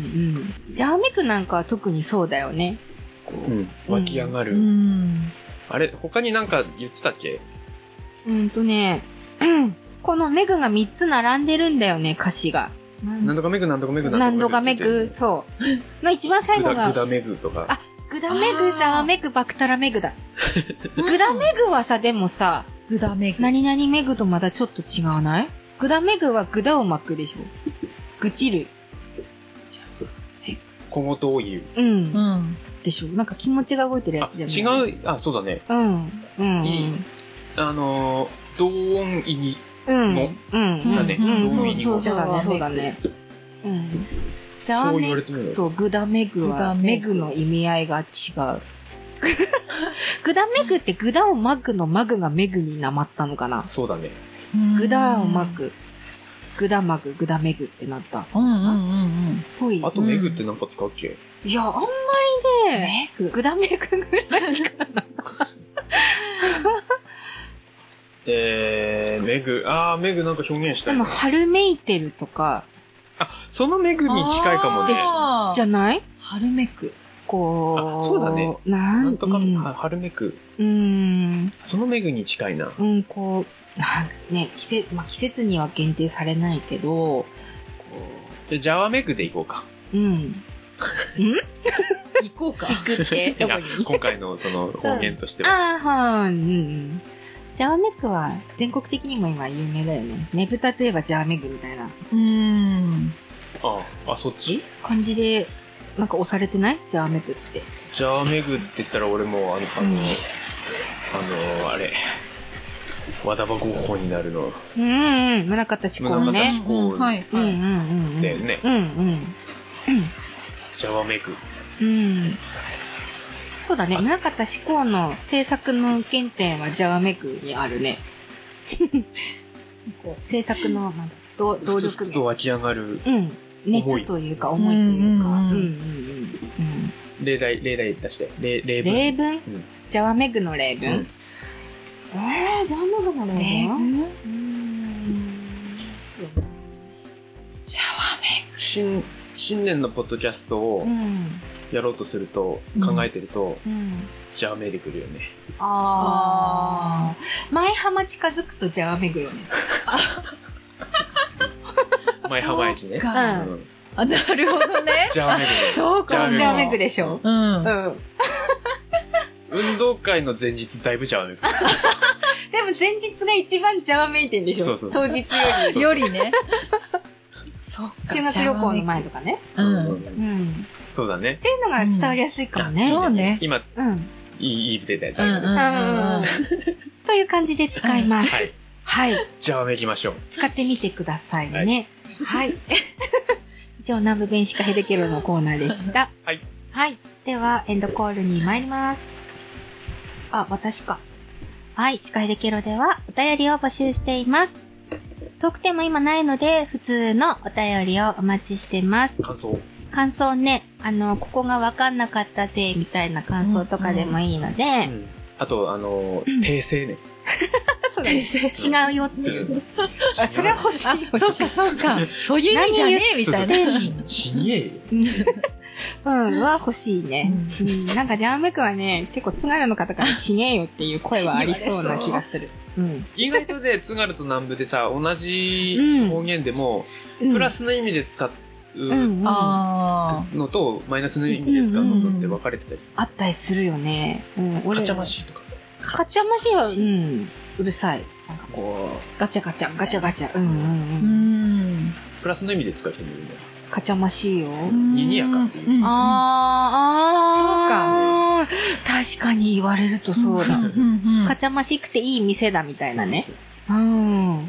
Speaker 3: ジャーメクなんかは特にそうだよね。
Speaker 2: こう、うん、湧き上がる。
Speaker 4: うん。
Speaker 2: あれ、他になんか言ってたっけ？
Speaker 3: うんとね、うん。このメグがみっつ並んでるんだよね、歌詞が。
Speaker 2: なんとかメグ、なんとかメグ、
Speaker 3: なんとかメグ、そう。の一番最後が。
Speaker 2: グダメグとか。
Speaker 3: あ、グダメグ、ザワメグ、バクタラメグだ。グダメグはさ、でもさ、
Speaker 4: グダメグ。
Speaker 3: 何々メグとまだちょっと違わない？グダメグはグダを巻くでしょ。愚痴る。
Speaker 2: 小言を言う。
Speaker 3: うん。うん。でしょ。なんか気持ちが動いてるやつじゃない？
Speaker 2: 違う、あ、そうだね。
Speaker 3: うん。うん。
Speaker 2: いい。あのー、同音異義
Speaker 3: の。うん。
Speaker 2: だね。
Speaker 3: うん。そうそうそうだね。そうだね。うん。ジャーメグとグダメグはメグの意味合いが違う。グダメグってグダを巻くのマグがメグになまったのかな？
Speaker 2: そうだね。
Speaker 3: グダを巻く。グダマグ、グダメグってなった。
Speaker 4: うんうんうんうん。
Speaker 3: ぽい。
Speaker 2: あとメグってなんか使うっけ？
Speaker 3: いや、あんまりね、メグ、グダメグぐらいかな。
Speaker 2: えー、メグ、あー、メグなんか表現したい。
Speaker 3: でも、春めいてるとか。
Speaker 2: あ、そのメグに近いかもね。
Speaker 3: じゃない？
Speaker 4: 春めく。
Speaker 3: こう。
Speaker 2: あ、そうだね。
Speaker 3: なん、
Speaker 2: なんとか、うん、春めく。
Speaker 3: うーん。
Speaker 2: そのメグに近いな。
Speaker 3: うん、こう。なんね、季節、まあ、季節には限定されないけど、こ
Speaker 2: う。じゃあ、ジャワメグで行こうか。
Speaker 3: うん。ん
Speaker 4: 行こうか。
Speaker 3: 行くってどこに
Speaker 2: 今回のその方言としては。
Speaker 3: うん、ああ、はい、うん。ジャワメグは全国的にも今有名だよね。ねぶたといえばジャワメグみたいな。
Speaker 4: うーん。
Speaker 2: ああ、あ、そっち
Speaker 3: 感じで、なんか押されてないジャワメグって。
Speaker 2: ジャワメグって言ったら俺も、あの、あの、うん、あの、あれ。和田場合法になるの。
Speaker 3: うんうん。宗像志功ね。
Speaker 2: 宗像志功。
Speaker 4: はい。
Speaker 3: うんうんうん。
Speaker 2: だよね。
Speaker 3: うんうん。
Speaker 2: ジャワメグ。
Speaker 3: うん。そうだね。宗像志功の制作の原点はジャワメグにあるね。制作の、なんだ、動力。
Speaker 2: ふつふつと湧き上がる。
Speaker 3: うん。熱というか、思いというか。うんうんうん。
Speaker 2: 例題、例題出して。例、例
Speaker 3: 文。例文？ジャワメグの例文？えー、ジャワメグの例文？
Speaker 4: 例文？
Speaker 3: うーん。
Speaker 4: ジャワメグ。
Speaker 2: 新、新年のポッドキャストをやろうとすると、考えてると、ジャワメグくるよね。
Speaker 3: あー。前浜近づくとジャワメグよね。
Speaker 2: 前浜駅ね。
Speaker 3: うん。
Speaker 4: あ、なるほどね。
Speaker 2: ジャワメグね。
Speaker 3: そうか、ジャワメグでしょ。
Speaker 4: うん。
Speaker 3: うん。
Speaker 2: 運動会の前日だいぶジャワメグ。
Speaker 3: でも前日が一番ジャワメイてんでしょ。
Speaker 2: そうそうそう。
Speaker 3: 当日より。
Speaker 4: よりね。そっか。
Speaker 3: 修学旅行の前とかね。
Speaker 4: うん。う
Speaker 3: ん。
Speaker 2: そうだね。
Speaker 3: っていうのが伝わりやすいかもね。
Speaker 4: そうね。
Speaker 2: 今、うん。いい、いい出たよ。
Speaker 3: うん。という感じで使います。
Speaker 2: はい。
Speaker 3: はい。
Speaker 2: ジャワメ行きましょう。
Speaker 3: 使ってみてくださいね。はい。以上、南部弁シカヘデケロのコーナーでした。
Speaker 2: はい。
Speaker 3: はい。では、エンドコールに参ります。あ、私か。はい。シカヘデケロでは、お便りを募集しています。トークテーマ今ないので、普通のお便りをお待ちしてます。
Speaker 2: 感想。
Speaker 3: 感想ね。あの、ここがわかんなかったぜ、みたいな感想とかでもいいので。うんうん、
Speaker 2: あと、あの、訂正ね。
Speaker 3: そうだね。違うよっていう。あ、それは欲しい。
Speaker 4: そうか、そうか。そういう意味じゃねえ、みたいな。
Speaker 2: ちげえよ。
Speaker 3: うん、は欲しいね。うん、なんかジャワメクはね、結構津軽の方からちげえよっていう声はありそうな気がする。うん、
Speaker 2: 意外とね、津軽と南部でさ、同じ方言でも、うん、プラスの意味で使うのと、マイナスの意味で使うのとって分かれてたりする。
Speaker 3: あったりするよね。
Speaker 2: うん、かちゃましとか。
Speaker 3: かちゃましは、うん、うるさい。なんかこう、ガチャガチャ、ガチャガチャ、うんうんうん。うん。
Speaker 2: プラスの意味で使う人もいるんだよ。
Speaker 3: かちゃましいよ。
Speaker 2: ににやかっていう。
Speaker 3: あー、あー。そうか。確かに言われるとそうだ。かちゃましくていい店だみたいなね。うん。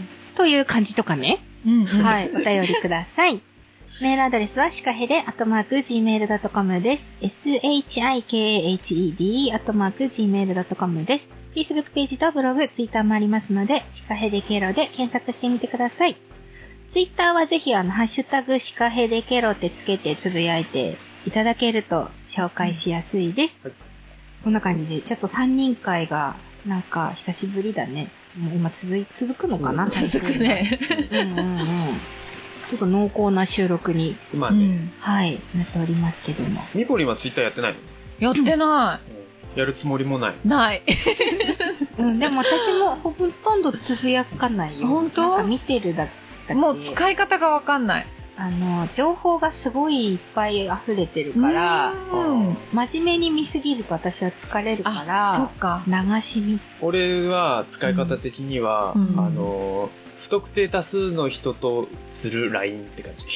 Speaker 3: という感じとかね。はい。お便りください。メールアドレスはシカヘデアットマーク ジーメールドットコム です。エスエイチアイケーエイチイーディー アットマーク ジーメールドットコム です。Facebook ページとブログ、ツイッターもありますので、シカヘデケロで検索してみてください。ツイッターはぜひあの、ハッシュタグシカヘデケロってつけてつぶやいていただけると紹介しやすいです。はい、こんな感じで、ちょっとさんにん会が、なんか久しぶりだね。もう今続い、続くのかな？
Speaker 4: 続くね。
Speaker 3: うんうんうん。ちょっと濃厚な収録に、
Speaker 2: まあね、うん、
Speaker 3: はい、なっておりますけども。
Speaker 2: ミポリンはツイッターやってないの？
Speaker 4: やってない。
Speaker 2: うん、やるつもりもない。
Speaker 4: ない。
Speaker 3: うん、でも私もほとんどつぶやかないよ。
Speaker 4: 本当？
Speaker 3: なんか見てるだけ。
Speaker 4: もう使い方がわかんない。
Speaker 3: あの、情報がすごいいっぱい溢れてるから、うん、真面目に見すぎると私は疲れるから、
Speaker 4: そっか。
Speaker 3: 流し見。
Speaker 2: 俺は使い方的には、うん、あの、不特定多数の人とする ライン って感じ。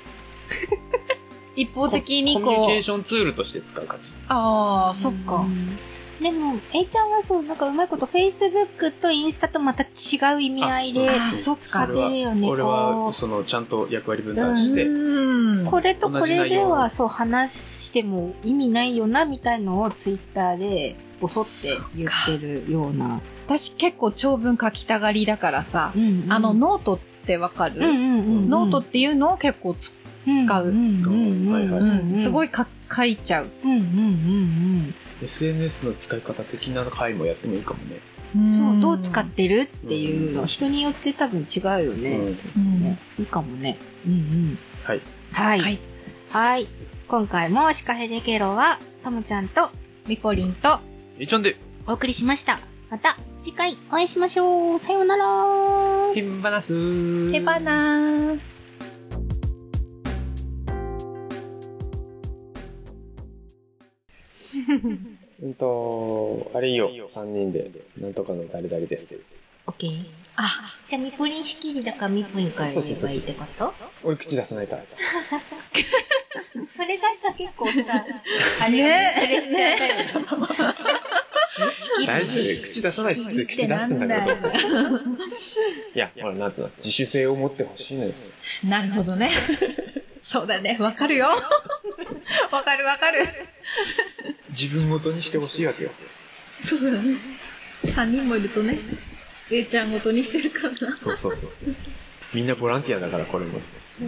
Speaker 4: 一方的にこう。
Speaker 2: コミュニケーションツールとして使う感じ。
Speaker 4: ああ、そっか。
Speaker 3: でも、A ちゃんはそう、なんかうまいこと Facebook とインスタとまた違う意味合いで使ってるよね。
Speaker 2: 俺は、その、ちゃんと役割分担して。
Speaker 3: うん、これとこれでは、そう、話しても意味ないよな、みたいのをツイッターで、ボソって言ってるような。
Speaker 4: 私結構長文書きたがりだからさ、うんうん、あの、ノートってわかる？うんうんうん、ノートっていうのを結構つ使う。すごいか書いちゃう。うんうんうんうん。
Speaker 2: エスエヌエス の使い方的な回もやってもいいかもね。
Speaker 3: そう、どう使ってるっていうの、人によって多分違うよね。うん、いいかもね。うんうん。
Speaker 2: はい。
Speaker 3: はい。はい。はい。今回もシカヘデケロは、ともちゃんと、
Speaker 4: みぽりんと、
Speaker 2: みちゃんで
Speaker 3: お送りしました。また次回お会いしましょう。さようなら。
Speaker 2: へんばなすー。
Speaker 4: へばなー。
Speaker 2: うんと、あれいいよ。さんにんで、なんとかの誰々です。
Speaker 3: オッケー。あ、じゃあみぽりん仕切りだからみぽりんから言えばいいってこと？
Speaker 2: 俺口出さないから。
Speaker 3: それがさ、結構さ、あれ、ね、プレッシャーだよね。
Speaker 2: 大丈夫、口出さないっつって口出すんだけど。いや、ほら、なんつうの、自主性を持ってほしいのよ。
Speaker 4: なるほどね。そうだね、わかるよ。わかるわかる。
Speaker 2: 自分ごとにしてほしいわけよ。
Speaker 4: そうだね。さんにんもいるとね、A ちゃんごとにしてるからな。
Speaker 2: そうそうそう。みんなボランティアだから、これも。
Speaker 4: うん。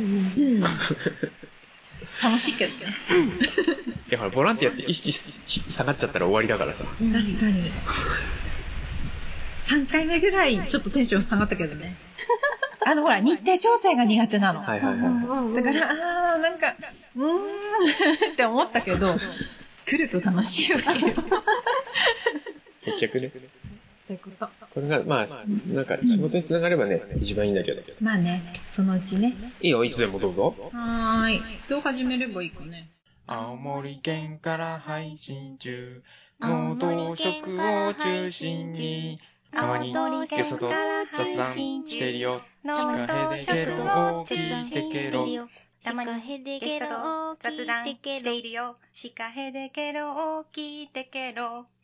Speaker 4: 楽しいけどね。
Speaker 2: いや、ほら、ボランティアって意識下がっちゃったら終わりだからさ。
Speaker 4: 確かに。さんかいめぐらいちょっとテンション下がったけどね。あのほら、日程調整が苦手なの。
Speaker 2: はいはいはい。
Speaker 4: だから、あー、なんか、うーんって思ったけど、来ると楽しいわけです。
Speaker 2: 結局ね。
Speaker 4: そういうこと。
Speaker 2: これが、まあ、なんか仕事につながればね、一番いいんだけど。
Speaker 4: まあね、そのうちね。
Speaker 2: いいよ、いつでもどうぞ。
Speaker 4: はーい。どう始めればいいかね。
Speaker 5: 青森県から配信中。農道食を中心に。たまにゲストと雑談しているよ。シカヘデケロを聞いてケロ。
Speaker 1: たまにゲストと雑談しているよ。シカヘデケロを聞いてケロ。